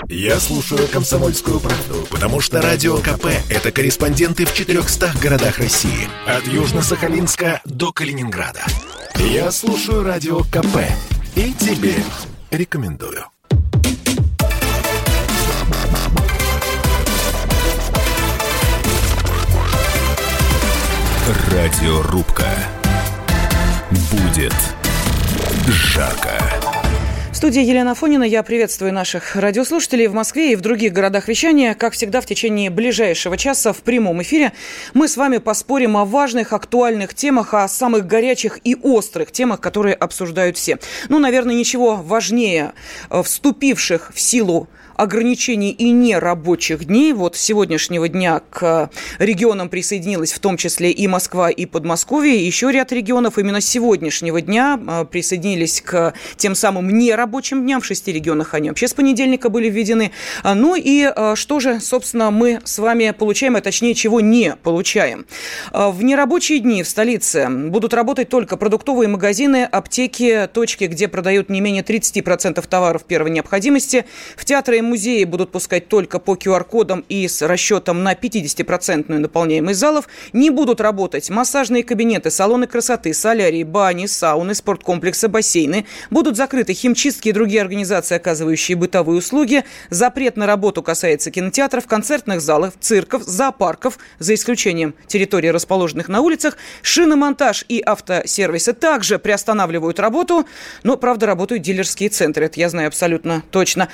Я слушаю «Комсомольскую правду», потому что Радио КП – это корреспонденты в 400 городах России. От Южно-Сахалинска до Калининграда. Я слушаю Радио КП и тебе рекомендую. Радиорубка. Будет жарко. В студии Елена Афонина. Я приветствую наших радиослушателей в Москве и в других городах вещания. Как всегда, в течение ближайшего часа в прямом эфире мы с вами поспорим о важных, актуальных темах, о самых горячих и острых темах, которые обсуждают все. Наверное, ничего важнее вступивших в силу ограничений и нерабочих дней. Вот с сегодняшнего дня к регионам присоединилась в том числе и Москва, и Подмосковье. Еще ряд регионов именно с сегодняшнего дня присоединились к тем самым нерабочим дням. В 6 регионах они вообще с понедельника были введены. Что же, собственно, мы с вами получаем, а точнее, чего не получаем? В нерабочие дни в столице будут работать только продуктовые магазины, аптеки, точки, где продают не менее 30% товаров первой необходимости. В театры и музеи будут пускать только по QR-кодам и с расчетом на 50% наполняемость залов. Не будут работать массажные кабинеты, салоны красоты, солярии, бани, сауны, спорткомплексы, бассейны. Будут закрыты химчистки и другие организации, оказывающие бытовые услуги. Запрет на работу касается кинотеатров, концертных залов, цирков, зоопарков, за исключением территорий, расположенных на улицах. Шиномонтаж и автосервисы также приостанавливают работу, но, правда, работают дилерские центры. Это я знаю абсолютно точно.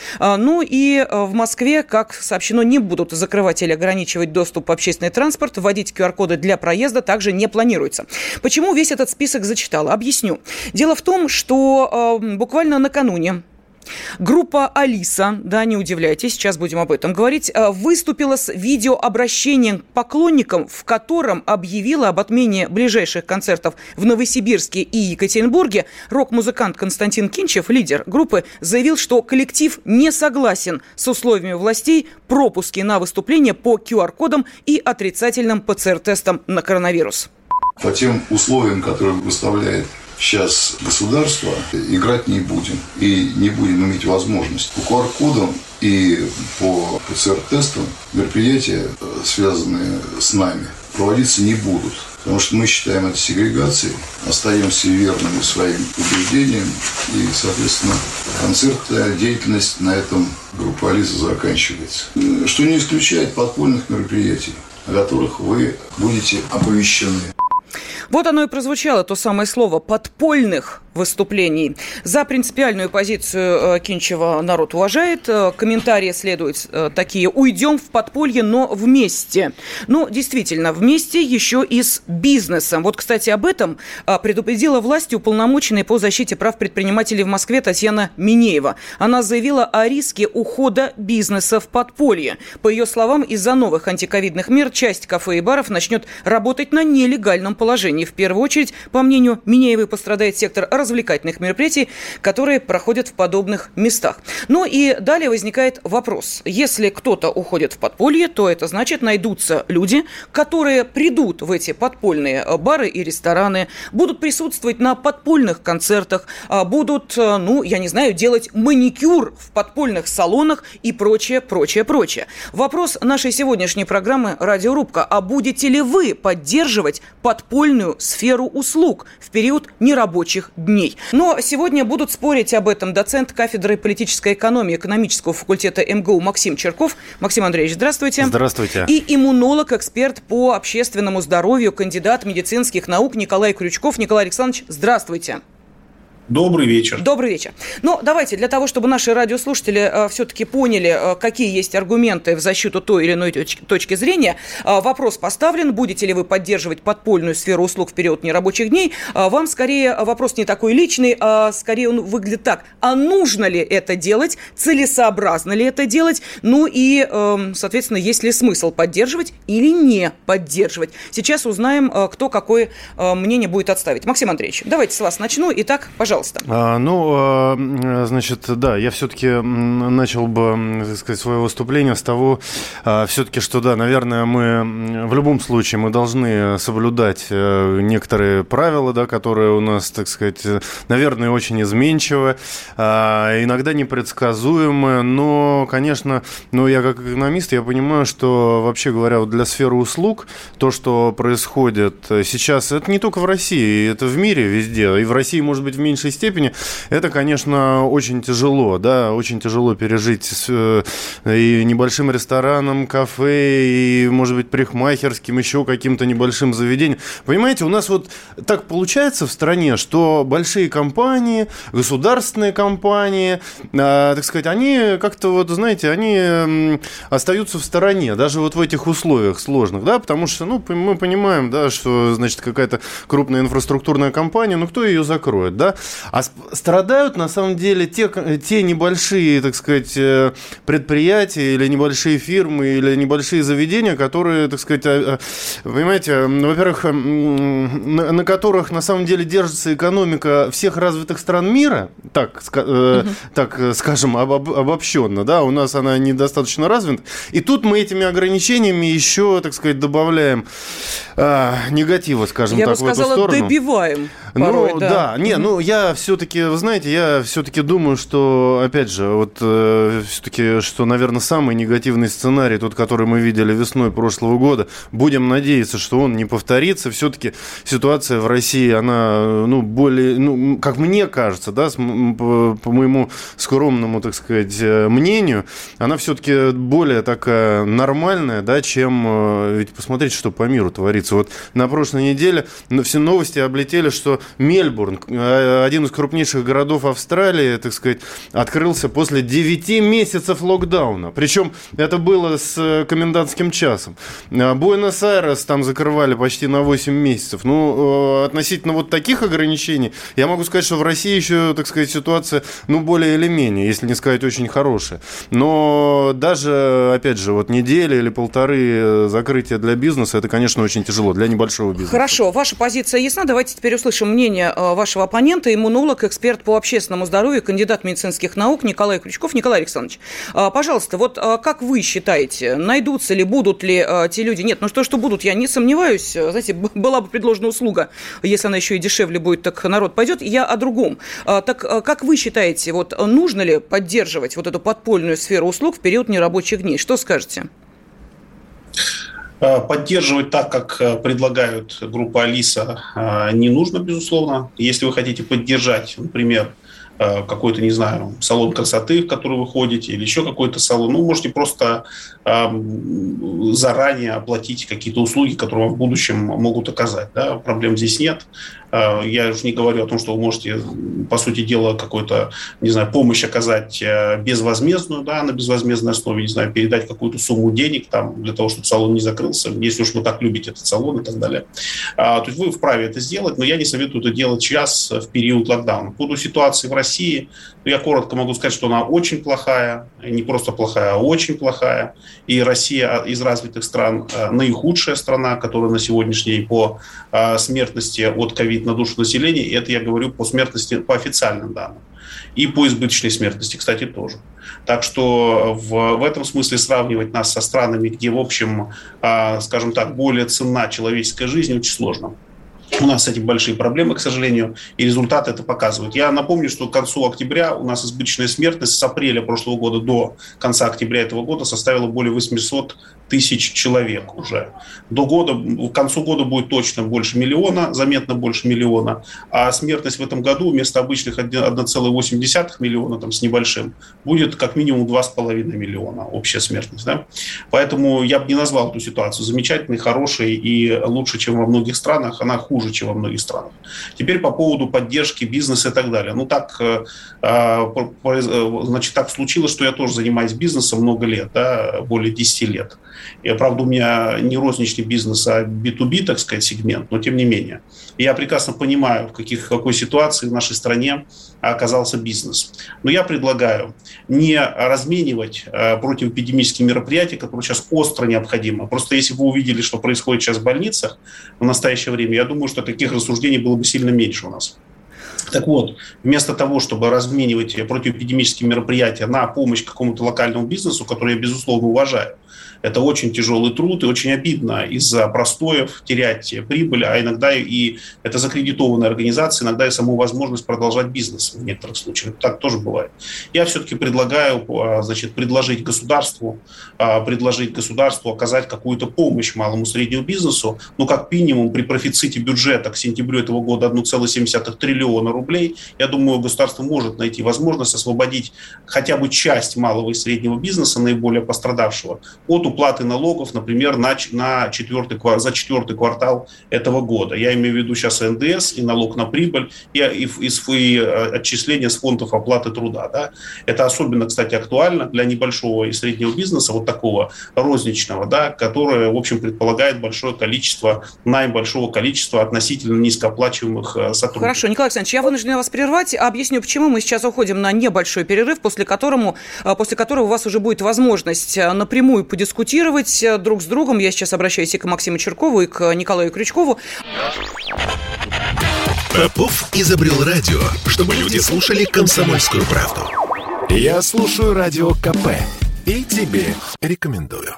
И в Москве, как сообщено, не будут закрывать или ограничивать доступ в общественный транспорт. Вводить QR-коды для проезда также не планируется. Почему весь этот список зачитала? Объясню. Дело в том, что буквально накануне группа «Алиса», да, не удивляйтесь, сейчас будем об этом говорить, выступила с видеообращением к поклонникам, в котором объявила об отмене ближайших концертов в Новосибирске и Екатеринбурге. Рок-музыкант Константин Кинчев, лидер группы, заявил, что коллектив не согласен с условиями властей пропуски на выступления по QR-кодам и отрицательным ПЦР-тестам на коронавирус. По тем условиям, которые выставляет сейчас государство, играть не будем. И не будем иметь возможность. По QR-кодам и по ПЦР-тестам мероприятия, связанные с нами, проводиться не будут. Потому что мы считаем это сегрегацией, остаемся верными своим убеждениям. И, соответственно, концертная деятельность на этом группа «Алиса» заканчивается. Что не исключает подпольных мероприятий, о которых вы будете оповещены. Вот оно и прозвучало, то самое слово «подпольных выступлений». За принципиальную позицию Кинчева народ уважает. Комментарии следуют такие: «Уйдем в подполье, но вместе». Действительно, вместе еще и с бизнесом. Вот, кстати, об этом предупредила власти уполномоченная по защите прав предпринимателей в Москве Татьяна Минеева. Она заявила о риске ухода бизнеса в подполье. По ее словам, из-за новых антиковидных мер часть кафе и баров начнет работать на нелегальном положении. В первую очередь, по мнению Минеевой, пострадает сектор развлекательных мероприятий, которые проходят в подобных местах. И далее возникает вопрос. Если кто-то уходит в подполье, то это значит, найдутся люди, которые придут в эти подпольные бары и рестораны, будут присутствовать на подпольных концертах, будут, делать маникюр в подпольных салонах и прочее. Вопрос нашей сегодняшней программы «Радиорубка». А будете ли вы поддерживать подпольную сферу услуг в период нерабочих дней? Но сегодня будут спорить об этом доцент кафедры политической экономии экономического факультета МГУ Максим Черков. Максим Андреевич, здравствуйте. Здравствуйте. И иммунолог, эксперт по общественному здоровью, кандидат медицинских наук Николай Крючков. Николай Александрович, здравствуйте. Добрый вечер. Добрый вечер. Давайте, для того, чтобы наши радиослушатели все-таки поняли, какие есть аргументы в защиту той или иной точки зрения, вопрос поставлен: будете ли вы поддерживать подпольную сферу услуг в период нерабочих дней? Вам скорее вопрос не такой личный, а скорее он выглядит так: а нужно ли это делать, целесообразно ли это делать, соответственно, есть ли смысл поддерживать или не поддерживать? Сейчас узнаем, кто какое мнение будет отставить. Максим Андреевич, давайте с вас начну. Итак, пожалуйста. Пожалуйста. Значит, да, я все-таки начал бы, так сказать, свое выступление с того, все-таки, что, да, наверное, мы в любом случае мы должны соблюдать некоторые правила, да, которые у нас, так сказать, наверное, очень изменчивы, иногда непредсказуемы, но, конечно, я как экономист, я понимаю, что, вообще говоря, вот для сферы услуг, то, что происходит сейчас, это не только в России, это в мире везде, и в России, может быть, в меньшей степени, это, конечно, очень тяжело, да, очень тяжело пережить и небольшим ресторанам, кафе, и, может быть, парикмахерским, еще каким-то небольшим заведением. Понимаете, у нас вот так получается в стране, что большие компании, государственные компании, так сказать, они как-то, вот, знаете, они остаются в стороне, даже вот в этих условиях сложных, да, потому что, мы понимаем, да, что, значит, какая-то крупная инфраструктурная компания, кто ее закроет, да, а страдают, на самом деле, те небольшие, так сказать, предприятия или небольшие фирмы, или небольшие заведения, которые, так сказать, понимаете, во-первых, на которых, на самом деле, держится экономика всех развитых стран мира, так скажем, обобщенно, да, у нас она недостаточно развита, и тут мы этими ограничениями еще, так сказать, добавляем негатива, скажем так, в эту сторону. Я бы сказала, добиваем порой, да. Я все-таки, вы знаете, я все-таки думаю, что, опять же, вот все-таки, что, наверное, самый негативный сценарий, тот, который мы видели весной прошлого года, будем надеяться, что он не повторится. Все-таки ситуация в России, она, более, как мне кажется, да, по моему скромному, так сказать, мнению, она все-таки более такая нормальная, да, чем, ведь посмотрите, что по миру творится. Вот на прошлой неделе все новости облетели, что Мельбурн, один из крупнейших городов Австралии, так сказать, открылся после 9 месяцев локдауна. Причем это было с комендантским часом. Буэнос-Айрес там закрывали почти на 8 месяцев. Относительно вот таких ограничений, я могу сказать, что в России еще, так сказать, ситуация, более или менее, если не сказать, очень хорошая. Но даже, опять же, вот неделя или полторы закрытия для бизнеса, это, конечно, очень тяжело для небольшого бизнеса. Хорошо, ваша позиция ясна. Давайте теперь услышим мнение вашего оппонента, иммунолог, эксперт по общественному здоровью, кандидат медицинских наук Николай Крючков. Николай Александрович, пожалуйста, вот как вы считаете, найдутся ли, будут ли те люди? Нет, что будут, я не сомневаюсь. Знаете, была бы предложена услуга, если она еще и дешевле будет, так народ пойдет. Я о другом. Так как вы считаете, вот нужно ли поддерживать вот эту подпольную сферу услуг в период нерабочих дней? Что скажете? Поддерживать так, как предлагают группа Алиса, не нужно, безусловно. Если вы хотите поддержать, например, какой-то, не знаю, салон красоты, в который вы ходите, или еще какой-то салон, можете просто заранее оплатить какие-то услуги, которые вам в будущем могут оказать. Да? Проблем здесь нет. Я уже не говорю о том, что вы можете, по сути дела, какую-то, не знаю, помощь оказать безвозмездную, да, на безвозмездной основе, не знаю, передать какую-то сумму денег там, для того, чтобы салон не закрылся, если уж вы так любите этот салон и так далее. То есть вы вправе это сделать, но я не советую это делать сейчас, в период локдауна. По поводу ситуации в России, я коротко могу сказать, что она очень плохая, не просто плохая, а очень плохая. И Россия из развитых стран наихудшая страна, которая на сегодняшний день по смертности от ковид на душу населения, и это я говорю по смертности по официальным данным. И по избыточной смертности, кстати, тоже. Так что в этом смысле сравнивать нас со странами, где, в общем, скажем так, более ценна человеческая жизнь, очень сложно. У нас с этим большие проблемы, к сожалению, и результаты это показывают. Я напомню, что к концу октября у нас избыточная смертность с апреля прошлого года до конца октября этого года составила более 800 тысяч человек уже. К концу года будет точно больше миллиона, заметно больше миллиона, а смертность в этом году вместо обычных 1,8 миллиона там, с небольшим будет как минимум 2,5 миллиона общая смертность. Да? Поэтому я бы не назвал эту ситуацию замечательной, хорошей и лучше, чем во многих странах. Она хуже, чем во многих странах. Теперь по поводу поддержки бизнеса и так далее. Так случилось, что я тоже занимаюсь бизнесом много лет, да, более 10 лет. Правда, у меня не розничный бизнес, а B2B, так сказать, сегмент, но тем не менее. Я прекрасно понимаю, в какой ситуации в нашей стране оказался бизнес. Но я предлагаю не разменивать противоэпидемические мероприятия, которые сейчас остро необходимы. Просто если бы вы увидели, что происходит сейчас в больницах в настоящее время, я думаю, что таких рассуждений было бы сильно меньше у нас. Так вот, вместо того, чтобы разменивать противоэпидемические мероприятия на помощь какому-то локальному бизнесу, который я, безусловно, уважаю, это очень тяжелый труд и очень обидно из-за простоев терять прибыль, а иногда и это закредитованная организация, иногда и саму возможность продолжать бизнес в некоторых случаях. Так тоже бывает. Я все-таки предлагаю, предложить государству оказать какую-то помощь малому и среднему бизнесу, как минимум при профиците бюджета к сентябрю этого года 1,7 триллиона рублей. Я думаю, государство может найти возможность освободить хотя бы часть малого и среднего бизнеса, наиболее пострадавшего, от уплаты налогов, например, за четвертый квартал этого года. Я имею в виду сейчас НДС и налог на прибыль, и отчисления с фондов оплаты труда. Да? Это особенно, кстати, актуально для небольшого и среднего бизнеса, вот такого розничного, да, которое, в общем, предполагает найм большого количества относительно низкооплачиваемых сотрудников. Хорошо, Николай Александрович, я вынуждена вас прервать. Объясню, почему. Мы сейчас уходим на небольшой перерыв, после которого у вас уже будет возможность напрямую подискутировать друг с другом. Я сейчас обращаюсь и к Максиму Чиркову, и к Николаю Крючкову. Попов изобрел радио, чтобы люди слушали «Комсомольскую правду». Я слушаю Радио КП и тебе рекомендую.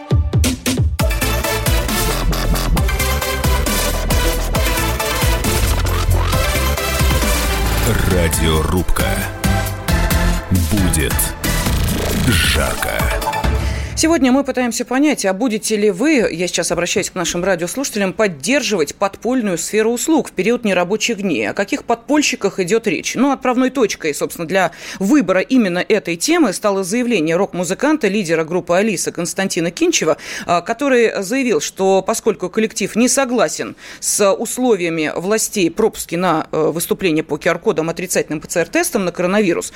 Радиорубка. Будет жарко. Сегодня мы пытаемся понять, а будете ли вы, я сейчас обращаюсь к нашим радиослушателям, поддерживать подпольную сферу услуг в период нерабочих дней. О каких подпольщиках идет речь? Отправной точкой, собственно, для выбора именно этой темы стало заявление рок-музыканта, лидера группы «Алиса» Константина Кинчева, который заявил, что поскольку коллектив не согласен с условиями властей пропуски на выступление по QR-кодам отрицательным ПЦР-тестам на коронавирус,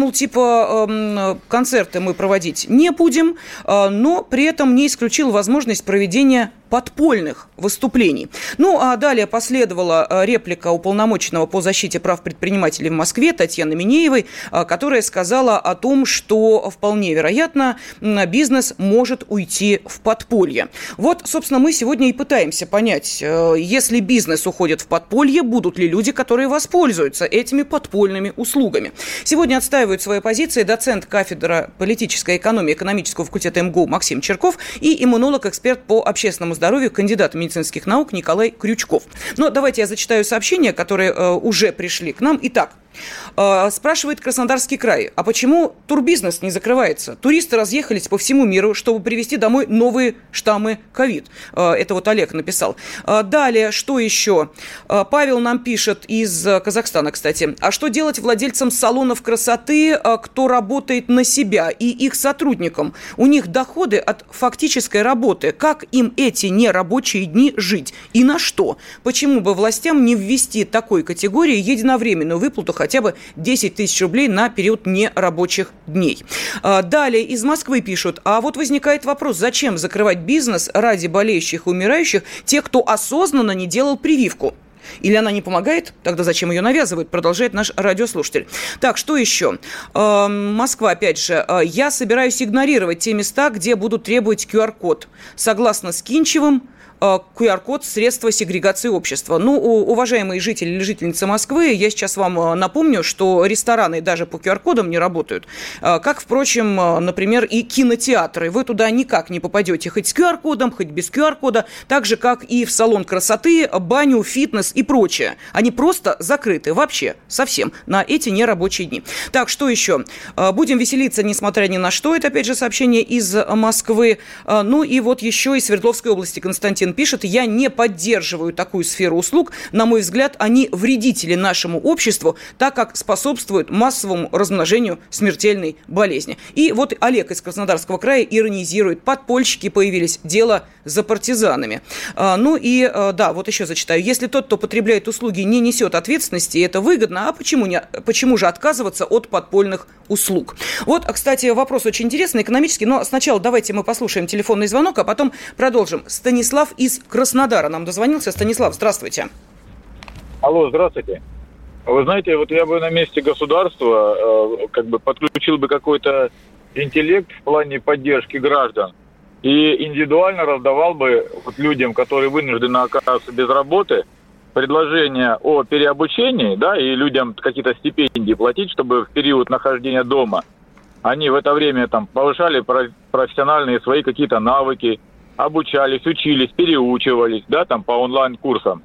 то, концерты мы проводить не будем, но при этом не исключил возможность проведения подпольных выступлений. А далее последовала реплика уполномоченного по защите прав предпринимателей в Москве Татьяны Минеевой, которая сказала о том, что вполне вероятно бизнес может уйти в подполье. Вот, собственно, мы сегодня и пытаемся понять, если бизнес уходит в подполье, будут ли люди, которые воспользуются этими подпольными услугами. Сегодня отстаивают свои позиции доцент кафедры политической экономии экономического факультета МГУ Максим Чирков и иммунолог-эксперт по общественному здоровью, кандидат медицинских наук Николай Крючков. Но давайте я зачитаю сообщения, которые уже пришли к нам. Итак, спрашивает Краснодарский край, а почему турбизнес не закрывается? Туристы разъехались по всему миру, чтобы привезти домой новые штаммы ковид. Это вот Олег написал. Далее, что еще? Павел нам пишет из Казахстана, кстати. А что делать владельцам салонов красоты, кто работает на себя, и их сотрудникам? У них доходы от фактической работы. Как им эти нерабочие дни жить? И на что? Почему бы властям не ввести такой категории единовременную выплату хотя бы 10 тысяч рублей на период нерабочих дней? Далее из Москвы пишут, а вот возникает вопрос, зачем закрывать бизнес ради болеющих и умирающих тех, кто осознанно не делал прививку? Или она не помогает? Тогда зачем ее навязывают? Продолжает наш радиослушатель. Так, что еще? Москва, опять же. Я собираюсь игнорировать те места, где будут требовать QR-код. Согласно с Кинчевым, QR-код – средство сегрегации общества. Уважаемые жители или жительницы Москвы, я сейчас вам напомню, что рестораны даже по QR-кодам не работают. Как, впрочем, например, и кинотеатры. Вы туда никак не попадете, хоть с QR-кодом, хоть без QR-кода, так же, как и в салон красоты, баню, фитнес и прочее. Они просто закрыты вообще совсем на эти нерабочие дни. Так, что еще? Будем веселиться, несмотря ни на что. Это, опять же, сообщение из Москвы. И вот еще из Свердловской области Константин пишет, я не поддерживаю такую сферу услуг. На мой взгляд, они вредители нашему обществу, так как способствуют массовому размножению смертельной болезни. И вот Олег из Краснодарского края иронизирует. Подпольщики появились, дело за партизанами. Вот еще зачитаю. Если тот, кто потребляет услуги, не несет ответственности, это выгодно, а почему же отказываться от подпольных услуг? Вот, кстати, вопрос очень интересный, экономический, но сначала давайте мы послушаем телефонный звонок, а потом продолжим. Станислав из Краснодара нам дозвонился. Станислав, здравствуйте. Алло, здравствуйте. Вы знаете, вот я бы на месте государства подключил бы какой-то интеллект в плане поддержки граждан и индивидуально раздавал бы людям, которые вынуждены оказаться без работы, предложение о переобучении, да, и людям какие-то стипендии платить, чтобы в период нахождения дома они в это время там повышали профессиональные свои какие-то навыки, обучались, учились, переучивались, да, там по онлайн-курсам.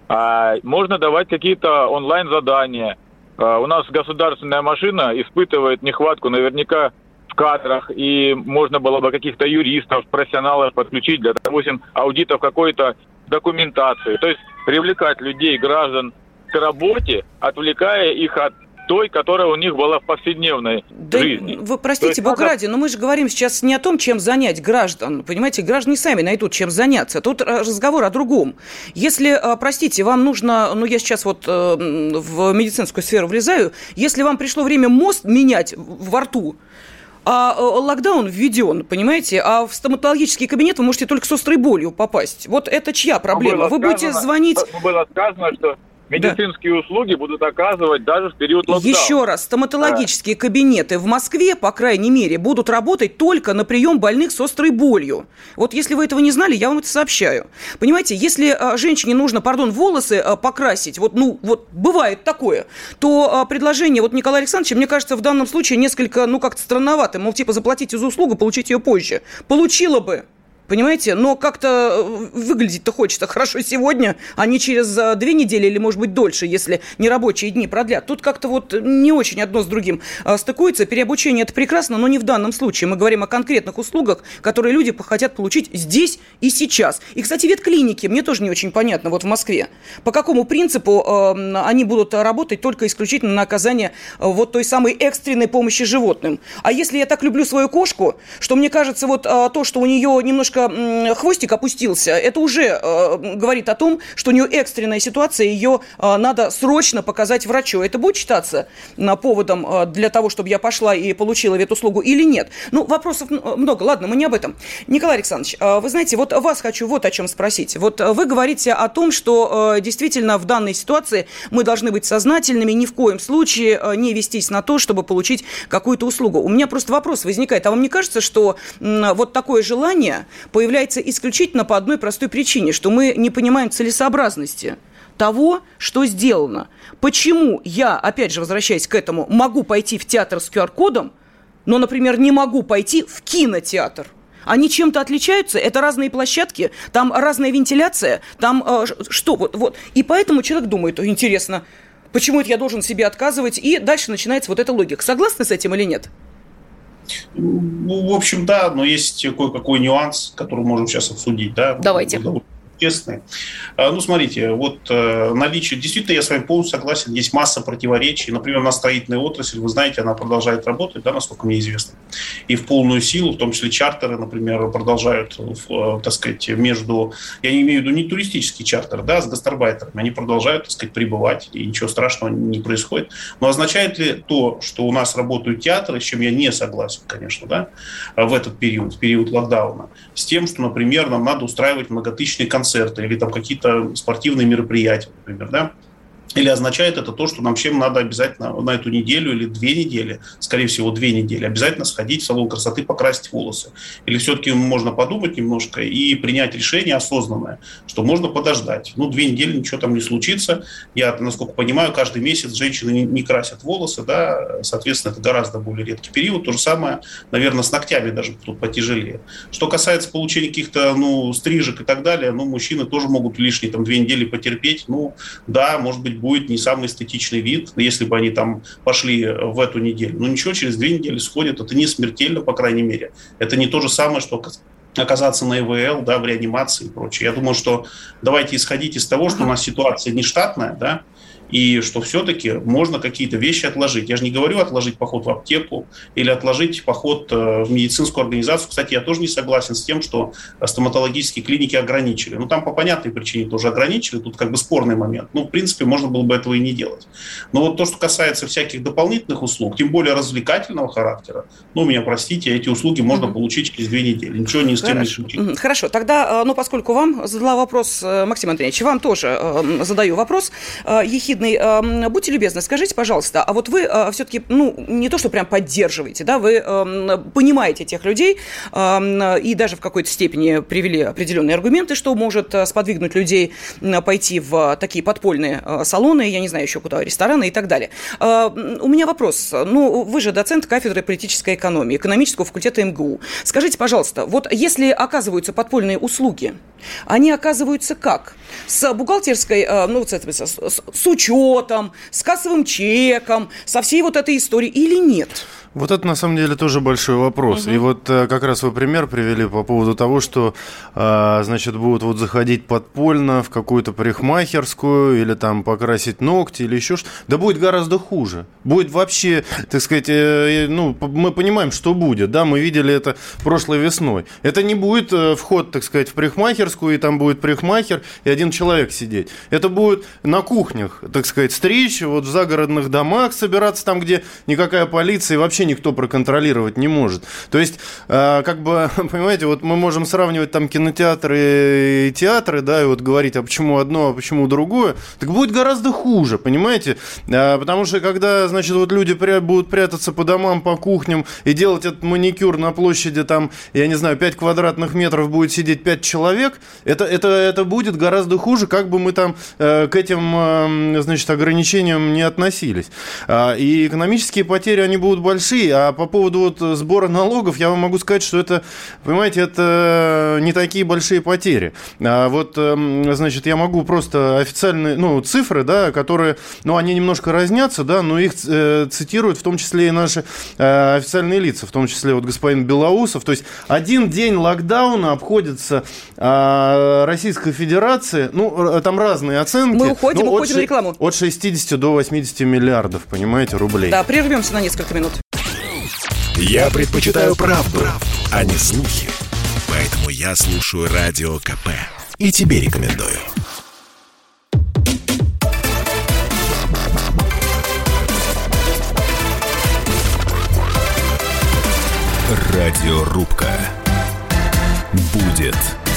Можно давать какие-то онлайн-задания. У нас государственная машина испытывает нехватку наверняка в кадрах, и можно было бы каких-то юристов, профессионалов подключить для, допустим, аудитов какой-то документации. То есть привлекать людей, граждан к работе, отвлекая их от той, которая у них была в повседневной жизни. Вы простите, бог ради, но мы же говорим сейчас не о том, чем занять граждан. Понимаете, граждане сами найдут, чем заняться. Тут разговор о другом. Если, простите, вам нужно, я сейчас в медицинскую сферу влезаю, если вам пришло время мост менять во рту, а локдаун введен, понимаете, а в стоматологический кабинет вы можете только с острой болью попасть. Вот это чья проблема? Вы будете звонить... Было сказано, что медицинские услуги будут оказывать даже в период локдауна. Еще раз, стоматологические кабинеты в Москве, по крайней мере, будут работать только на прием больных с острой болью. Вот если вы этого не знали, я вам это сообщаю. Понимаете, если женщине нужно, волосы покрасить, бывает такое, то предложение Николая Александровича, мне кажется, в данном случае несколько, как-то странновато. Мол, заплатите за услугу, получите ее позже. Получила бы. Понимаете? Но как-то выглядеть-то хочется хорошо сегодня, а не через 2 недели или, может быть, дольше, если нерабочие дни продлят. Тут как-то не очень одно с другим стыкуется. Переобучение – это прекрасно, но не в данном случае. Мы говорим о конкретных услугах, которые люди хотят получить здесь и сейчас. И, кстати, ветклиники мне тоже не очень понятно в Москве. По какому принципу они будут работать только исключительно на оказание той самой экстренной помощи животным? А если я так люблю свою кошку, что мне кажется, то, что у нее немножко хвостик опустился, это уже говорит о том, что у нее экстренная ситуация, ее надо срочно показать врачу. Это будет считаться поводом для того, чтобы я пошла и получила ветуслугу или нет? Вопросов много. Ладно, мы не об этом. Николай Александрович, вы знаете, вас хочу о чем спросить. Вы говорите о том, что действительно в данной ситуации мы должны быть сознательными, ни в коем случае не вестись на то, чтобы получить какую-то услугу. У меня просто вопрос возникает. А вам не кажется, что такое желание появляется исключительно по одной простой причине, что мы не понимаем целесообразности того, что сделано? Почему я, опять же, возвращаясь к этому, могу пойти в театр с QR-кодом, но, например, не могу пойти в кинотеатр? Они чем-то отличаются? Это разные площадки? Там разная вентиляция? Там что? И поэтому человек думает, интересно, почему это я должен себе отказывать? И дальше начинается эта логика. Согласны с этим или нет? В общем, да, но есть кое-какой нюанс, который можем сейчас обсудить. Да? Давайте. Честный. Смотрите, наличие... Действительно, я с вами полностью согласен, есть масса противоречий. Например, на строительной отрасли, вы знаете, она продолжает работать, да, насколько мне известно. И в полную силу, в том числе чартеры, например, продолжают, между... Я не имею в виду не туристический чартер, да, с гастарбайтерами. Они продолжают, пребывать, и ничего страшного не происходит. Но означает ли то, что у нас работают театры, с чем я не согласен, конечно, да, в этот период, в период локдауна, с тем, что, например, нам надо устраивать многотысячные концерты или какие-то спортивные мероприятия, например, да? Или означает это то, что нам всем надо обязательно на эту неделю или 2 недели, скорее всего, 2 недели, обязательно сходить в салон красоты, покрасить волосы? Или все-таки можно подумать немножко и принять решение осознанное, что можно подождать. 2 недели ничего там не случится. Я, насколько понимаю, каждый месяц женщины не красят волосы, да, соответственно, это гораздо более редкий период. То же самое, наверное, с ногтями даже тут потяжелее. Что касается получения каких-то, стрижек и так далее, мужчины тоже могут лишние 2 недели потерпеть. Да, может быть, будет не самый эстетичный вид, если бы они там пошли в эту неделю. Но ничего, через 2 недели сходят. Это не смертельно, по крайней мере. Это не то же самое, что оказаться на ИВЛ, да, в реанимации и прочее. Я думаю, что давайте исходить из того, что у нас ситуация нештатная, да, и что все-таки можно какие-то вещи отложить. Я же не говорю отложить поход в аптеку или отложить поход в медицинскую организацию. Кстати, я тоже не согласен с тем, что стоматологические клиники ограничили. Там по понятной причине тоже ограничили. Тут спорный момент. В принципе, можно было бы этого и не делать. Но то, что касается всяких дополнительных услуг, тем более развлекательного характера, меня простите, эти услуги можно получить через 2 недели. Ничего не с тем не случится. Хорошо. Тогда, поскольку вам задала вопрос Максим Андреевич, вам тоже задаю вопрос. Ехидно Видный, будьте любезны, скажите, пожалуйста, а вот вы все-таки, не то, что прям поддерживаете, да, вы понимаете тех людей и даже в какой-то степени привели определенные аргументы, что может сподвигнуть людей пойти в такие подпольные салоны, я не знаю еще куда, рестораны и так далее. У меня вопрос. Вы же доцент кафедры политической экономии, экономического факультета МГУ. Скажите, пожалуйста, вот если оказываются подпольные услуги, они оказываются как? С бухгалтерской, с учетом, с кассовым чеком, со всей вот этой историей или нет? Вот это, на самом деле, тоже большой вопрос. И вот как раз вы пример привели по поводу того, что, будут вот заходить подпольно в какую-то парикмахерскую или там покрасить ногти или еще что-то. Да будет гораздо хуже. Будет вообще, так сказать, мы понимаем, что будет, да, мы видели это прошлой весной. Это не будет вход, так сказать, в парикмахерскую, и там будет парикмахер и один человек сидеть. Это будет на кухнях, так сказать, стричь, вот в загородных домах собираться там, где никакая полиция и вообще никто проконтролировать не может. То есть, понимаете, вот мы можем сравнивать там кинотеатры и театры, да, и вот говорить, а почему одно, а почему другое, так будет гораздо хуже, понимаете? Потому что, когда, вот люди будут прятаться по домам, по кухням и делать этот маникюр на площади, там, я не знаю, 5 квадратных метров будет сидеть 5 человек, это будет гораздо хуже, как бы мы там к этим, ограничениям не относились. И экономические потери, они будут большие. А по поводу сбора налогов, я вам могу сказать, что это, понимаете, это не такие большие потери. Я могу просто официальные, цифры, да, которые, они немножко разнятся, да, но их цитируют в том числе и наши официальные лица, в том числе вот господин Белоусов. То есть один день локдауна обходится Российской Федерации, там разные оценки. Мы уходим в рекламу. От 60 до 80 миллиардов, понимаете, рублей. Да, прервемся на несколько минут. Я предпочитаю правду, а не слухи. Поэтому я слушаю Радио КП. И тебе рекомендую. Радиорубка. Будет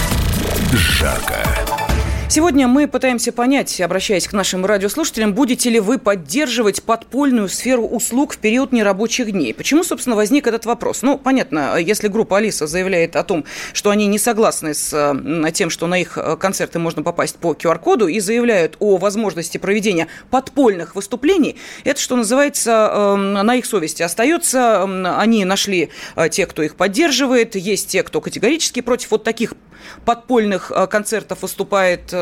жарко. Сегодня мы пытаемся понять, обращаясь к нашим радиослушателям, будете ли вы поддерживать подпольную сферу услуг в период нерабочих дней. Почему, собственно, возник этот вопрос? Понятно, если группа «Алиса» заявляет о том, что они не согласны с тем, что на их концерты можно попасть по QR-коду, и заявляют о возможности проведения подпольных выступлений, это, что называется, на их совести остается. Они нашли те, кто их поддерживает, есть те, кто категорически против вот таких подпольных концертов выступает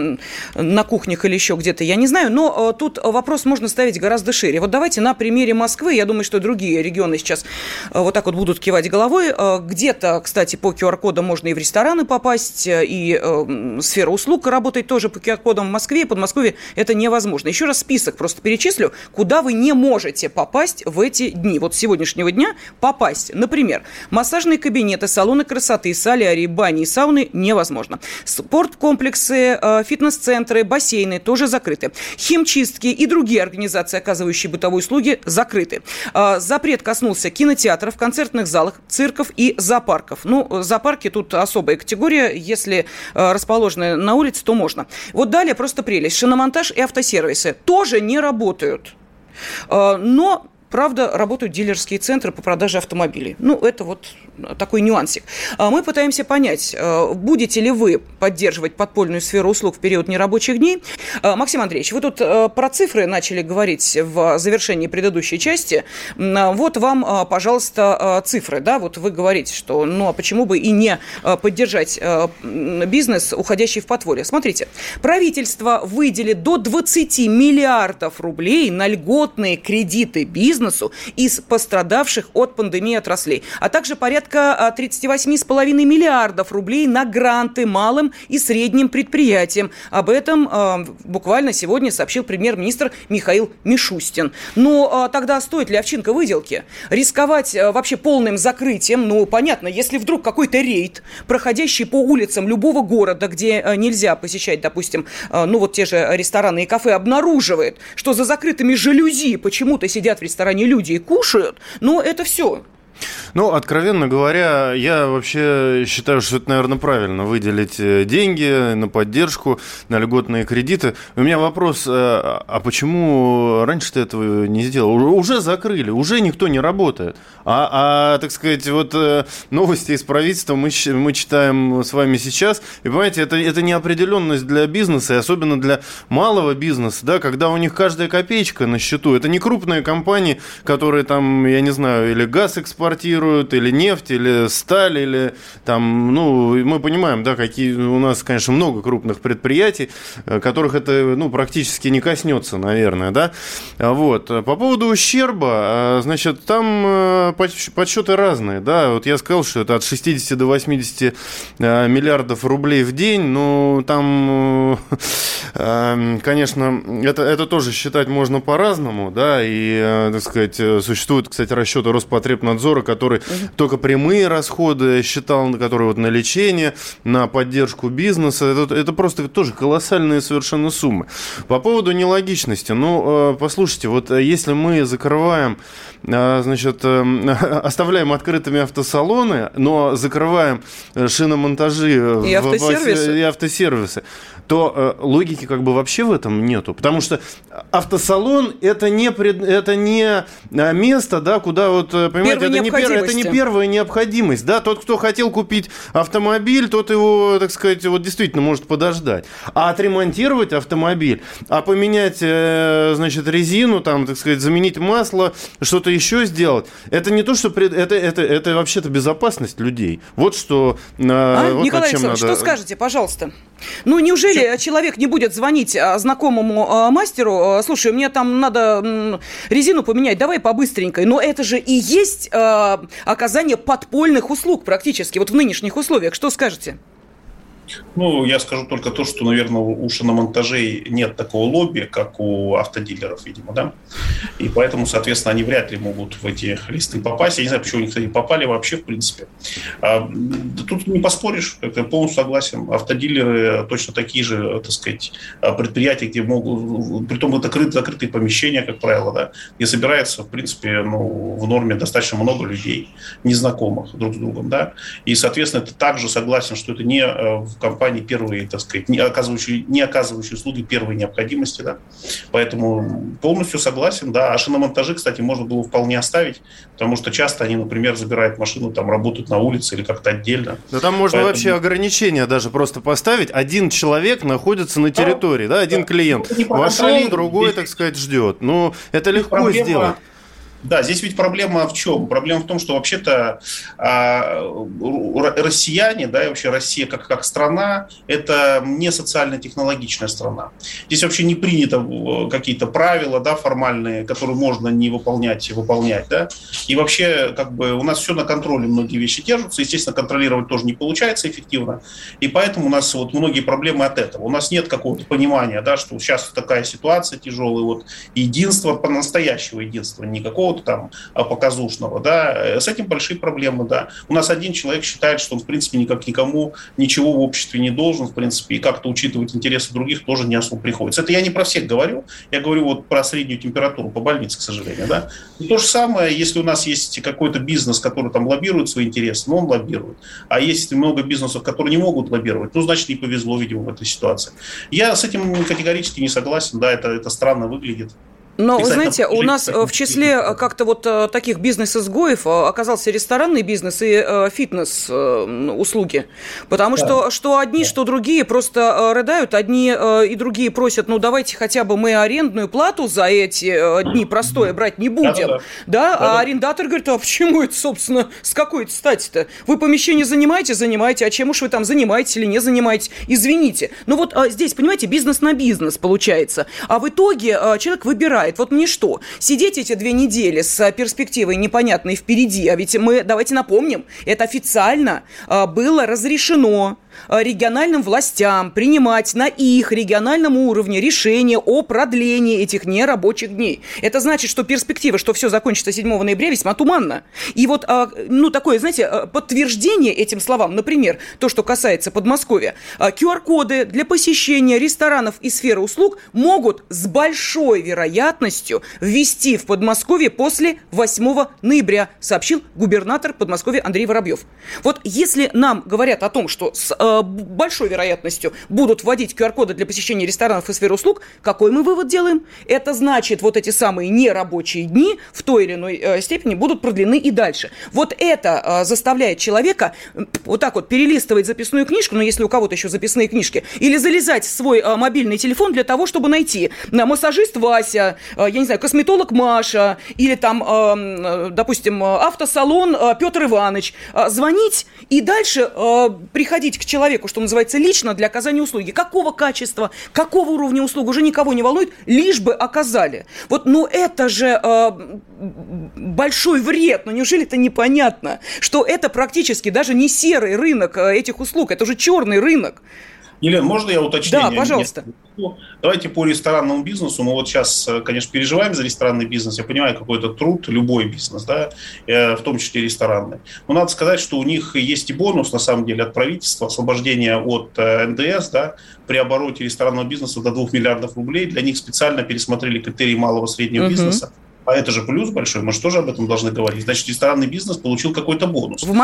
на кухнях или еще где-то, я не знаю, но тут вопрос можно ставить гораздо шире. Вот давайте на примере Москвы, я думаю, что другие регионы сейчас вот так вот будут кивать головой. Где-то, кстати, по QR-кодам можно и в рестораны попасть, и сфера услуг работает тоже по QR-кодам в Москве, и Подмосковье это невозможно. Еще раз список просто перечислю, куда вы не можете попасть в эти дни. Вот с сегодняшнего дня попасть, например, массажные кабинеты, салоны красоты, солярии, бани и сауны невозможно. Спорткомплексы, фитнес-центры, бассейны тоже закрыты. Химчистки и другие организации, оказывающие бытовые услуги, закрыты. Запрет коснулся кинотеатров, концертных залов, цирков и зоопарков. Зоопарки тут особая категория. Если расположены на улице, то можно. Вот далее просто прелесть. Шиномонтаж и автосервисы тоже не работают. Но... Правда, работают дилерские центры по продаже автомобилей. Это вот такой нюансик. Мы пытаемся понять, будете ли вы поддерживать подпольную сферу услуг в период нерабочих дней. Максим Андреевич, вы тут про цифры начали говорить в завершении предыдущей части. Вот вам, пожалуйста, цифры. Да? Вот вы говорите, что а почему бы и не поддержать бизнес, уходящий в подполье. Смотрите, правительство выделит до 20 миллиардов рублей на льготные кредиты бизнесу из пострадавших от пандемии отраслей, а также порядка 38,5 миллиардов рублей на гранты малым и средним предприятиям. Об этом буквально сегодня сообщил премьер-министр Михаил Мишустин. Тогда стоит ли овчинка выделки? Рисковать вообще полным закрытием? Понятно, если вдруг какой-то рейд, проходящий по улицам любого города, где нельзя посещать, допустим, те же рестораны и кафе, обнаруживает, что за закрытыми жалюзи почему-то сидят в ресторане люди и кушают, это все. Ну, откровенно говоря, я вообще считаю, что это, наверное, правильно выделить деньги на поддержку, на льготные кредиты. У меня вопрос, а почему раньше ты этого не сделал? Уже закрыли, уже никто не работает. Так сказать, вот новости из правительства мы читаем с вами сейчас, и, понимаете, это неопределенность для бизнеса, и особенно для малого бизнеса, да, когда у них каждая копеечка на счету. Это не крупные компании, которые там, я не знаю, или газ экспортируют, или нефть, или сталь, или там, ну, мы понимаем, да, какие у нас, конечно, много крупных предприятий, которых это, ну, практически не коснется, наверное, да. Вот. По поводу ущерба, значит, там подсчеты разные, да, вот я сказал, что это от 60 до 80 миллиардов рублей в день, ну, там, конечно, это тоже считать можно по-разному, да, и, так сказать, существуют, кстати, расчеты Роспотребнадзора, который только прямые расходы считал, которые вот на лечение, на поддержку бизнеса, это просто тоже колоссальные совершенно суммы. По поводу нелогичности, ну, послушайте, вот если мы закрываем, значит, оставляем открытыми автосалоны, но закрываем шиномонтажи и автосервисы, то логики как бы вообще в этом нету. Потому что автосалон это не место, да, куда вот, понимаете, это не первая необходимость. Да? Тот, кто хотел купить автомобиль, тот его, так сказать, вот действительно может подождать. А отремонтировать автомобиль, поменять, значит, резину, там, так сказать, заменить масло, что-то еще сделать, это не то, что это вообще-то безопасность людей. Вот что... вот Николай Александрович, что скажете, пожалуйста? Ну, неужели человек не будет звонить знакомому мастеру: слушай, мне там надо резину поменять, давай побыстренько. Но это же и есть оказание подпольных услуг практически, вот в нынешних условиях. Что скажете? Ну, я скажу только то, что, наверное, у шиномонтажей нет такого лобби, как у автодилеров, видимо, да. И поэтому, соответственно, они вряд ли могут в эти листы попасть. Я не знаю, почему они, кстати, попали вообще, в принципе. Тут не поспоришь, я полностью согласен. Автодилеры точно такие же, так сказать, предприятия, где могут... Притом это закрытые помещения, как правило, да, где собирается, в принципе, ну, в норме достаточно много людей, незнакомых друг с другом, да. И, соответственно, это также согласен, что это не в компании первые, так сказать, не оказывающие услуги первой необходимости, да. Поэтому полностью согласен, да. А шиномонтажи, кстати, можно было вполне оставить, потому что часто они, например, забирают машину, там, работают на улице или как-то отдельно. Да там можно вообще ограничения даже просто поставить. Один человек находится на территории, да, один клиент. Вошел, другой, так сказать, ждет. Ну, это легко сделать. Да, здесь ведь проблема в чем? Проблема в том, что вообще-то россияне, да, и вообще Россия как страна, это не социально-технологичная страна. Здесь вообще не принято какие-то правила, да, формальные, которые можно не выполнять, да. И вообще, как бы, у нас все на контроле, многие вещи держатся. Естественно, контролировать тоже не получается эффективно. И поэтому у нас вот многие проблемы от этого. У нас нет какого-то понимания, да, что сейчас такая ситуация тяжелая, вот единства, по-настоящему единства, никакого там показушного, да, с этим большие проблемы, да. У нас один человек считает, что он, в принципе, никому ничего в обществе не должен, в принципе, и как-то учитывать интересы других тоже не особо приходится. Это я не про всех говорю, я говорю вот про среднюю температуру по больнице, к сожалению, да. И то же самое, если у нас есть какой-то бизнес, который там лоббирует свои интересы, но он лоббирует, а есть много бизнесов, которые не могут лоббировать, ну, значит, не повезло, видимо, в этой ситуации. Я с этим категорически не согласен, да, это странно выглядит. Но, вы знаете, у нас в числе как-то вот таких бизнес-изгоев оказался ресторанный бизнес и фитнес-услуги. Потому что одни, что другие просто рыдают, одни и другие просят, ну, давайте хотя бы мы арендную плату за эти дни простое брать не будем. А арендатор говорит: а почему это, собственно, с какой-то стати-то? Вы помещение занимаете, а чем уж вы там занимаетесь или не занимаетесь? Извините. Ну, вот здесь, понимаете, бизнес на бизнес получается. А в итоге человек выбирает. Вот мне что, сидеть эти 2 недели с перспективой непонятной впереди, а ведь мы, давайте напомним, это официально было разрешено региональным властям принимать на их региональном уровне решения о продлении этих нерабочих дней. Это значит, что перспектива, что все закончится 7 ноября, весьма туманна. И вот, такое, знаете, подтверждение этим словам, например, то, что касается Подмосковья, QR-коды для посещения ресторанов и сферы услуг могут с большой вероятностью ввести в Подмосковье после 8 ноября, сообщил губернатор Подмосковья Андрей Воробьев. Вот если нам говорят о том, что с большой вероятностью будут вводить QR-коды для посещения ресторанов и сферы услуг, какой мы вывод делаем? Это значит, вот эти самые нерабочие дни в той или иной степени будут продлены и дальше. Вот это заставляет человека вот так вот перелистывать записную книжку, но если у кого-то еще записные книжки, или залезать в свой мобильный телефон для того, чтобы найти массажист Вася, я не знаю, косметолог Маша, или там, допустим, автосалон Петр Иванович, звонить и дальше приходить к человеку, что называется, лично для оказания услуги. Какого качества, какого уровня услуг уже никого не волнует, лишь бы оказали. Вот, это же большой вред. Неужели это непонятно, что это практически даже не серый рынок этих услуг, это уже черный рынок. Елена, можно я уточнение? Да, пожалуйста. Давайте по ресторанному бизнесу. Мы вот сейчас, конечно, переживаем за ресторанный бизнес. Я понимаю, какой это труд, любой бизнес, да, в том числе ресторанный. Но надо сказать, что у них есть и бонус, на самом деле, от правительства, освобождение от НДС, да, при обороте ресторанного бизнеса до 2 миллиардов рублей. Для них специально пересмотрели критерии малого и среднего бизнеса. А это же плюс большой, мы же тоже об этом должны говорить. Значит, ресторанный бизнес получил какой-то бонус. В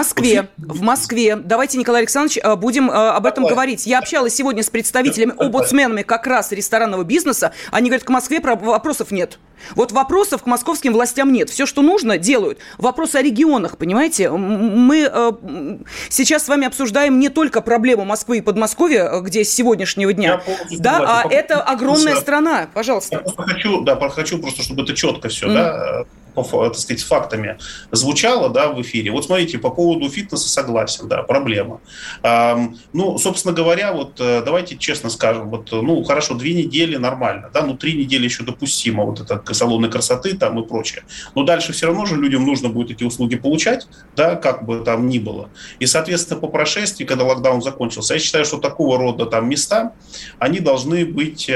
Москве. Давайте, Николай Александрович, будем об этом говорить. Я общалась сегодня с представителями, омбудсменами как раз ресторанного бизнеса. Они говорят, к Москве вопросов нет. Вот вопросов к московским властям нет. Все, что нужно, делают. Вопрос о регионах, понимаете? Мы сейчас с вами обсуждаем не только проблему Москвы и Подмосковья, где с сегодняшнего дня, да, а это огромная страна. Пожалуйста. Я хочу просто, чтобы это четко все, да, так сказать, фактами звучало, да, в эфире. Вот смотрите, по поводу фитнеса согласен, да, проблема. Собственно говоря, вот давайте честно скажем, вот, хорошо, 2 недели нормально, да, 3 недели еще допустимо, вот это салоны красоты там и прочее. Но дальше все равно же людям нужно будет эти услуги получать, да, как бы там ни было. И, соответственно, по прошествии, когда локдаун закончился, я считаю, что такого рода там места, они должны быть,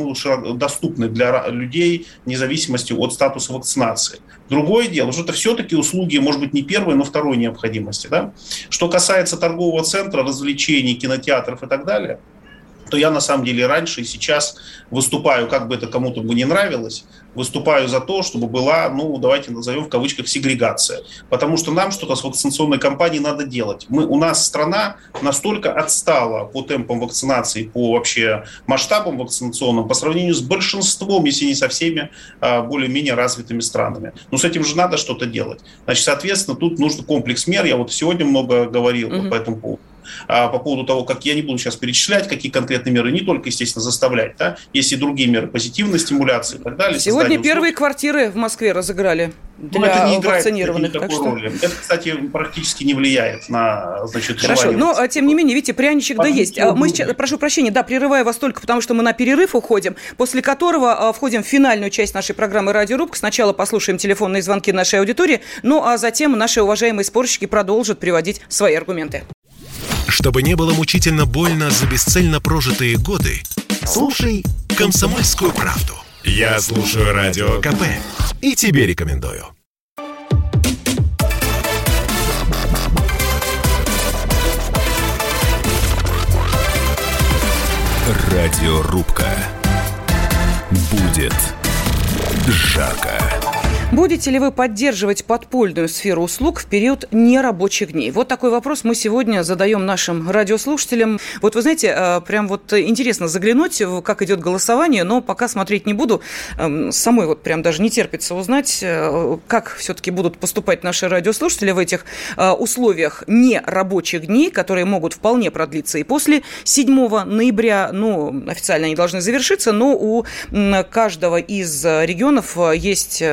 доступны для людей вне зависимости от статуса вакцинации. Другое дело, что это все-таки услуги, может быть, не первой, но второй необходимости. Да? Что касается торгового центра, развлечений, кинотеатров и так далее, то я на самом деле раньше и сейчас выступаю, как бы это кому-то бы не нравилось, выступаю за то, чтобы была, давайте назовем в кавычках, сегрегация. Потому что нам что-то с вакцинационной кампанией надо делать. У нас страна настолько отстала по темпам вакцинации, по вообще масштабам вакцинационным, по сравнению с большинством, если не со всеми более-менее развитыми странами. С этим же надо что-то делать. Значит, соответственно, тут нужен комплекс мер. Я вот сегодня много говорил по этому поводу. По поводу того, как я не буду сейчас перечислять, какие конкретные меры, не только, естественно, заставлять, да, есть и другие меры позитивной стимуляции и так далее. Сегодня первые квартиры в Москве разыграли для вакцинированных. Это не играет роли. Это, кстати, практически не влияет на, желание. Хорошо, но, тем не менее, видите, пряничек да есть. Мы сейчас, прошу прощения, прерываю вас только потому, что мы на перерыв уходим, после которого входим в финальную часть нашей программы «Радиорубка». Сначала послушаем телефонные звонки нашей аудитории, а затем наши уважаемые спорщики продолжат приводить свои аргументы. Чтобы не было мучительно больно за бесцельно прожитые годы, слушай «Комсомольскую правду». Я слушаю Радио КП и тебе рекомендую. Радиорубка. Будет жарко. Будете ли вы поддерживать подпольную сферу услуг в период нерабочих дней? Вот такой вопрос мы сегодня задаем нашим радиослушателям. Вот вы знаете, прям вот интересно заглянуть, как идет голосование, но пока смотреть не буду. Самой вот прям даже не терпится узнать, как все-таки будут поступать наши радиослушатели в этих условиях нерабочих дней, которые могут вполне продлиться и после 7 ноября. Официально они должны завершиться, но у каждого из регионов есть возможность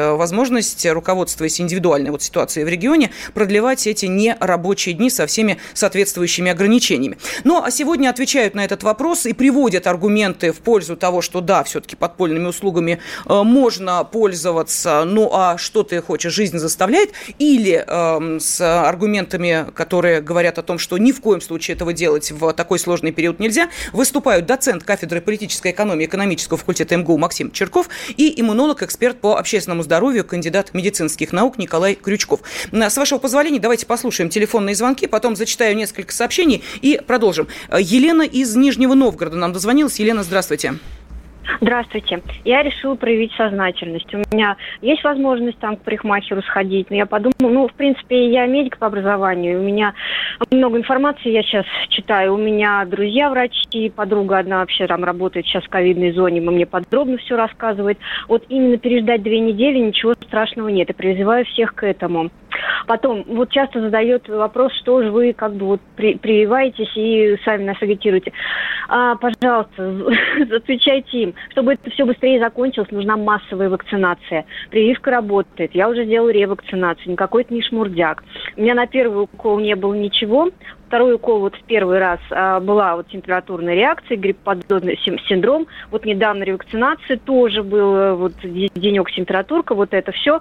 возможность, руководствуясь индивидуальной ситуацией в регионе, продлевать эти нерабочие дни со всеми соответствующими ограничениями. Ну, а сегодня отвечают на этот вопрос и приводят аргументы в пользу того, что да, все-таки подпольными услугами можно пользоваться, ну а что ты хочешь, жизнь заставляет, или с аргументами, которые говорят о том, что ни в коем случае этого делать в такой сложный период нельзя, выступают доцент кафедры политической экономии экономического факультета МГУ Максим Черков и иммунолог, эксперт по общественному здоровью, кандидат медицинских наук Николай Крючков. С вашего позволения, давайте послушаем телефонные звонки, потом зачитаю несколько сообщений и продолжим. Елена из Нижнего Новгорода нам дозвонилась. Елена, здравствуйте. Здравствуйте. Я решила проявить сознательность. У меня есть возможность там к парикмахеру сходить, но я подумала, в принципе, я медик по образованию, у меня много информации я сейчас читаю, у меня друзья врачи, подруга одна вообще там работает сейчас в ковидной зоне, мне подробно все рассказывает. Вот именно переждать 2 недели ничего страшного нет, и призываю всех к этому. Потом, часто задают вопрос, что же вы прививаетесь и сами нас агитируете. Пожалуйста, отвечайте им. Чтобы это все быстрее закончилось, нужна массовая вакцинация. Прививка работает. Я уже сделала ревакцинацию. Никакой это не шмурдяк. У меня на первый укол не было ничего. Второй укол в первый раз была температурная реакция, гриппоподобный синдром. Недавно ревакцинация тоже был денек температурка, это все.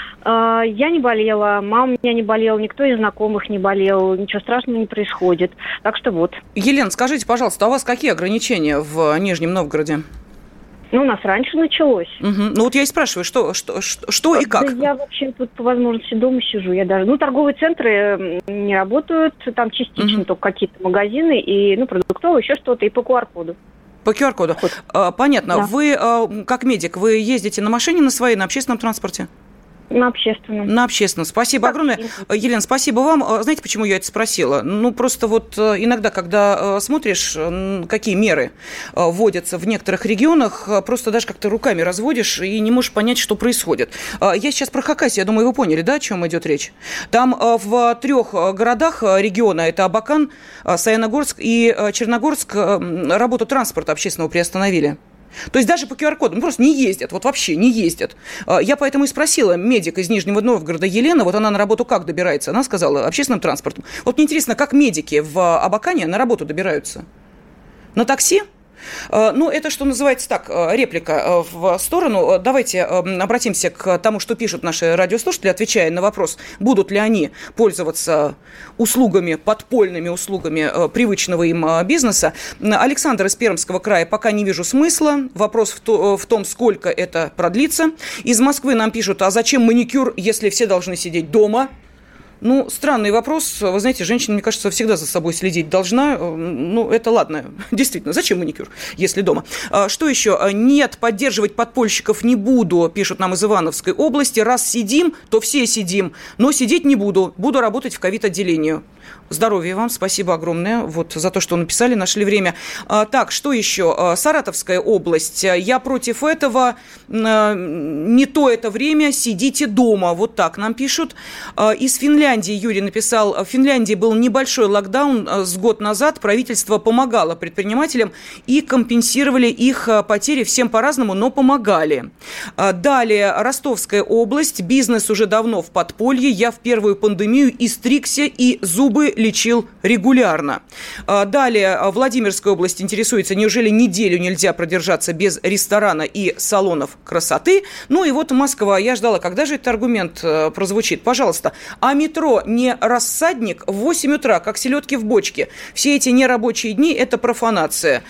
Я не болела, мама у меня не болела, никто из знакомых не болел, ничего страшного не происходит. Так что Елена, скажите, пожалуйста, а у вас какие ограничения в Нижнем Новгороде? У нас раньше началось. Угу. Я и спрашиваю, что и как? Да я вообще тут по возможности дома сижу. Я даже, торговые центры не работают, там частично только какие-то магазины и, продуктовые, еще что-то, и по QR-коду. По QR-коду. Понятно. Да. Вы, как медик, вы ездите на машине на своей, на общественном транспорте? На общественном. На общественном. Спасибо огромное. Елена, спасибо вам. Знаете, почему я это спросила? Просто иногда, когда смотришь, какие меры вводятся в некоторых регионах, просто даже как-то руками разводишь и не можешь понять, что происходит. Я сейчас про Хакасию, я думаю, вы поняли, да, о чем идет речь? Там в 3 городах региона, это Абакан, Саяногорск и Черногорск, работу транспорта общественного приостановили. То есть даже по QR-коду просто не ездят, вообще не ездят. Я поэтому и спросила медик из Нижнего Новгорода Елена, она на работу как добирается? Она сказала, общественным транспортом. Мне интересно, как медики в Абакане на работу добираются? На такси? Это, что называется так, реплика в сторону. Давайте обратимся к тому, что пишут наши радиослушатели, отвечая на вопрос, будут ли они пользоваться подпольными услугами привычного им бизнеса. Александр из Пермского края: пока не вижу смысла. Вопрос в том, сколько это продлится. Из Москвы нам пишут, а зачем маникюр, если все должны сидеть дома? Странный вопрос. Вы знаете, женщина, мне кажется, всегда за собой следить должна. Это ладно. Действительно, зачем маникюр, если дома? Что еще? Нет, поддерживать подпольщиков не буду, пишут нам из Ивановской области. Раз сидим, то все сидим. Но сидеть не буду. Буду работать в ковид-отделении. Здоровья вам, спасибо огромное за то, что написали, нашли время. Так, что еще? Саратовская область. Я против этого. Не то это время, сидите дома. Так нам пишут. Из Финляндии Юрий написал, в Финляндии был небольшой локдаун с год назад. Правительство помогало предпринимателям и компенсировали их потери всем по-разному, но помогали. Далее, Ростовская область. Бизнес уже давно в подполье. Я в первую пандемию и стригся, и зубы лечил регулярно. Далее, Владимирская область интересуется, неужели неделю нельзя продержаться без ресторана и салонов красоты? И Москва. Я ждала, когда же этот аргумент прозвучит. Пожалуйста. А метро не рассадник в 8 утра, как селедки в бочке. Все эти нерабочие дни – это профанация.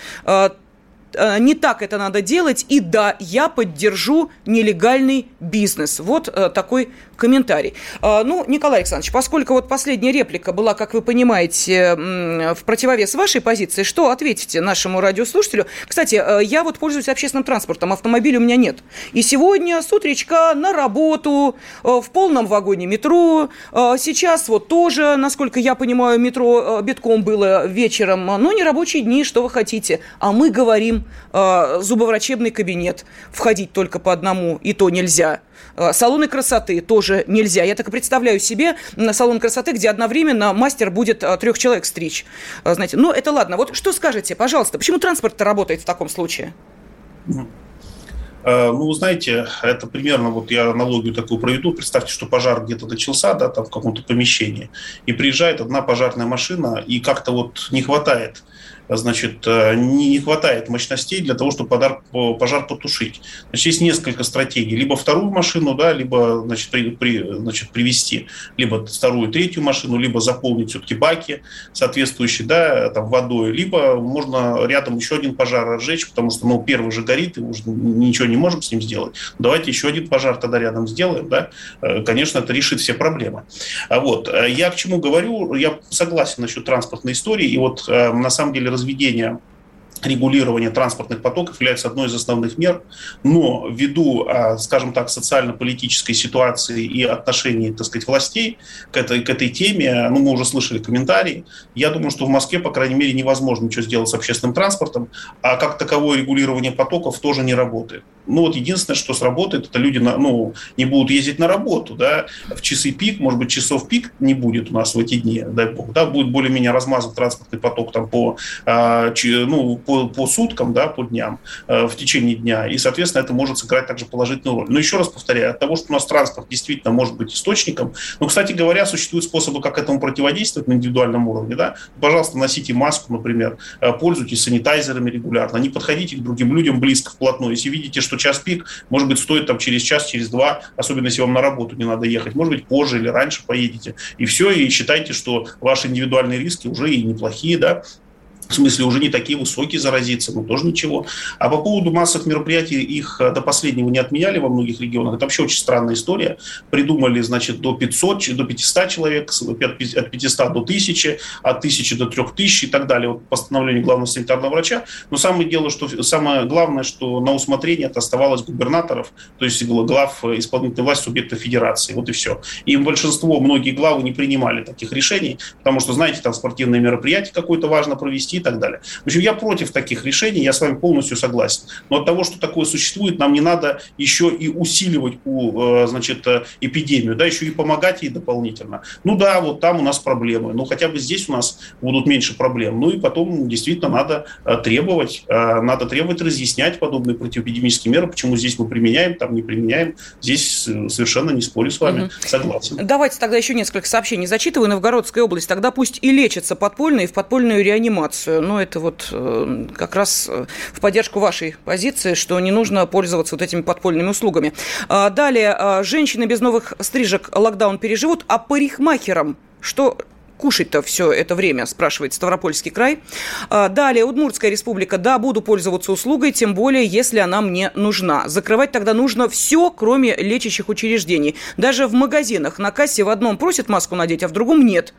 Не так это надо делать. И да, я поддержу нелегальный бизнес. Такой комментарий. Николай Александрович, поскольку последняя реплика была, как вы понимаете, в противовес вашей позиции, что ответите нашему радиослушателю? Кстати, я пользуюсь общественным транспортом, автомобиля у меня нет. И сегодня с утречка на работу, в полном вагоне метро. Сейчас тоже, насколько я понимаю, метро битком было вечером. Нерабочие дни, что вы хотите. А мы говорим, зубоврачебный кабинет входить только по одному, и то нельзя. Салоны красоты тоже нельзя. Я так и представляю себе салон красоты, где одновременно мастер будет 3 человек стричь. Знаете, это ладно. Что скажете, пожалуйста, почему транспорт-то работает в таком случае? Ну, вы знаете, это примерно, вот я аналогию такую проведу. Представьте, что пожар где-то начался, да, там в каком-то помещении, и приезжает одна пожарная машина, и как-то вот не хватает, значит, не хватает мощностей для того, чтобы пожар потушить. Значит, есть несколько стратегий. Либо вторую машину, да, либо, значит, привезти, либо вторую, третью машину, либо заполнить все-таки баки соответствующие, да, там, водой, либо можно рядом еще один пожар разжечь, потому что, ну, первый же горит, и уже ничего не можем с ним сделать. Давайте еще один пожар тогда рядом сделаем, да. Конечно, это решит все проблемы. Вот. Я к чему говорю? Я согласен насчет транспортной истории, и вот на самом деле разведение регулирование транспортных потоков является одной из основных мер, но ввиду, скажем так, социально-политической ситуации и отношений, так сказать, властей к этой теме, ну, мы уже слышали комментарии, я думаю, что в Москве, по крайней мере, невозможно ничего сделать с общественным транспортом, а как таковое регулирование потоков тоже не работает. Ну, вот единственное, что сработает, это люди, не будут ездить на работу, да, в часы пик, может быть, часов пик не будет у нас в эти дни, дай бог, да, будет более-менее размазан транспортный поток там по суткам, да, по дням, в течение дня, и, соответственно, это может сыграть также положительную роль. Но еще раз повторяю, от того, что у нас транспорт действительно может быть источником, кстати говоря, существуют способы, как этому противодействовать на индивидуальном уровне, да, пожалуйста, носите маску, например, пользуйтесь санитайзерами регулярно, не подходите к другим людям близко, вплотную, если видите, что час пик, может быть, стоит там через час, через два, особенно если вам на работу не надо ехать, может быть, позже или раньше поедете, и все, и считайте, что ваши индивидуальные риски уже и неплохие, да, в смысле, уже не такие высокие заразиться, тоже ничего. А по поводу массовых мероприятий, их до последнего не отменяли во многих регионах. Это вообще очень странная история. Придумали, значит, до 500 человек, от 500 до 1000, от 1000 до 3000 и так далее. Вот постановление главного санитарного врача. Но самое главное, что на усмотрение это оставалось губернаторов, то есть глав исполнительной власти субъектов федерации. Вот и все. И многие главы не принимали таких решений, потому что, знаете, там спортивное мероприятие какое-то важно провести, и так далее. В общем, я против таких решений, я с вами полностью согласен. Но от того, что такое существует, нам не надо еще и усиливать эпидемию, да, еще и помогать ей дополнительно. Да, вот там у нас проблемы, хотя бы здесь у нас будут меньше проблем. И потом действительно надо требовать разъяснять подобные противоэпидемические меры, почему здесь мы применяем, там не применяем. Здесь совершенно не спорю с вами, согласен. Давайте тогда еще несколько сообщений зачитываю. Новгородская область, тогда пусть и лечится подпольно, и в подпольную реанимацию. Это вот как раз в поддержку вашей позиции, что не нужно пользоваться вот этими подпольными услугами. Далее. Женщины без новых стрижек локдаун переживут, а парикмахерам что кушать-то все это время, спрашивает Ставропольский край. Далее. Удмуртская республика. Да, буду пользоваться услугой, тем более, если она мне нужна. Закрывать тогда нужно все, кроме лечащих учреждений. Даже в магазинах на кассе в одном просят маску надеть, а в другом нет.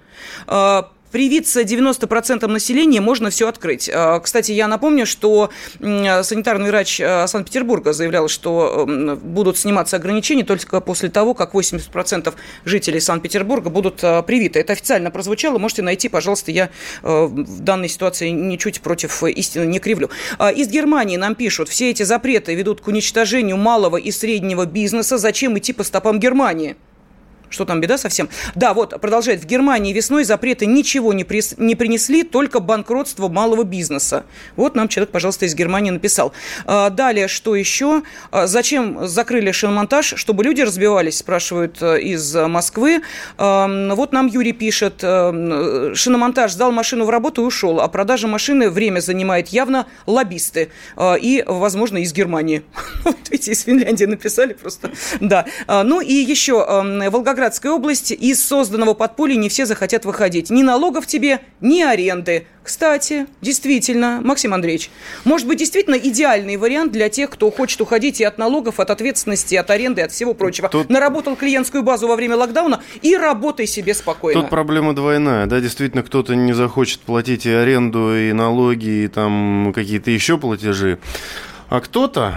Привиться 90% населения, можно все открыть. Кстати, я напомню, что санитарный врач Санкт-Петербурга заявлял, что будут сниматься ограничения только после того, как 80% жителей Санкт-Петербурга будут привиты. Это официально прозвучало. Можете найти, пожалуйста, я в данной ситуации ничуть против истины не кривлю. Из Германии нам пишут, все эти запреты ведут к уничтожению малого и среднего бизнеса. Зачем идти по стопам Германии? Что там, беда совсем? Да, вот, продолжает. В Германии весной запреты ничего не принесли, только банкротство малого бизнеса. Вот нам человек, пожалуйста, из Германии написал. Далее, что еще? Зачем закрыли шиномонтаж? Чтобы люди разбивались, спрашивают из Москвы. Вот нам Юрий пишет. Шиномонтаж сдал машину в работу и ушел, а продажа машины время занимает явно лоббисты. И, возможно, из Германии. Вот видите, из Финляндии написали просто. Да. И еще Волгоградская область. Из созданного подполья не все захотят выходить. Ни налогов тебе, ни аренды. Кстати, действительно, Максим Андреевич, может быть, действительно идеальный вариант для тех, кто хочет уходить и от налогов, от ответственности, от аренды, от всего прочего. Наработал клиентскую базу во время локдауна и работай себе спокойно. Тут проблема двойная. Да, действительно, кто-то не захочет платить и аренду, и налоги, и там какие-то еще платежи. А кто-то,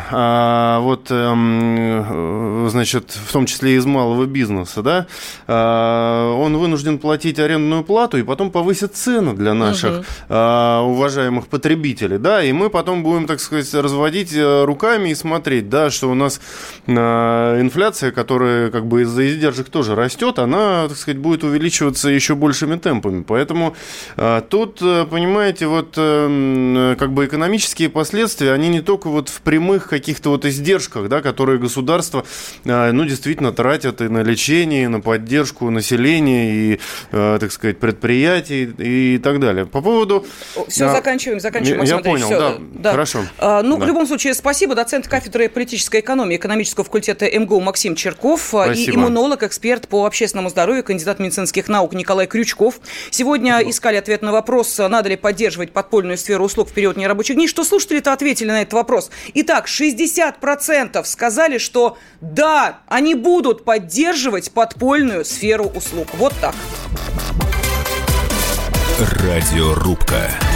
значит, в том числе из малого бизнеса, да, он вынужден платить арендную плату и потом повысит цены для наших уважаемых потребителей, да, и мы потом будем, так сказать, разводить руками и смотреть, да, что у нас инфляция, которая как бы из-за издержек тоже растет, она, так сказать, будет увеличиваться еще большими темпами. Поэтому тут, понимаете, как бы экономические последствия, они не только вот в прямых каких-то вот издержках, да, которые государство, ну, действительно тратят и на лечение, и на поддержку населения, и, так сказать, предприятий и так далее. По поводу... Все, заканчиваем. Я понял, все, да, хорошо. В любом случае, спасибо. Доцент кафедры политической экономии экономического факультета МГУ Максим Черков. Спасибо. И иммунолог, эксперт по общественному здоровью, кандидат медицинских наук Николай Крючков. Сегодня искали ответ на вопрос, надо ли поддерживать подпольную сферу услуг в период нерабочих дней. Что слушатели-то ответили на этот вопрос? Итак, 60% сказали, что да, они будут поддерживать подпольную сферу услуг. Вот так. Радиорубка.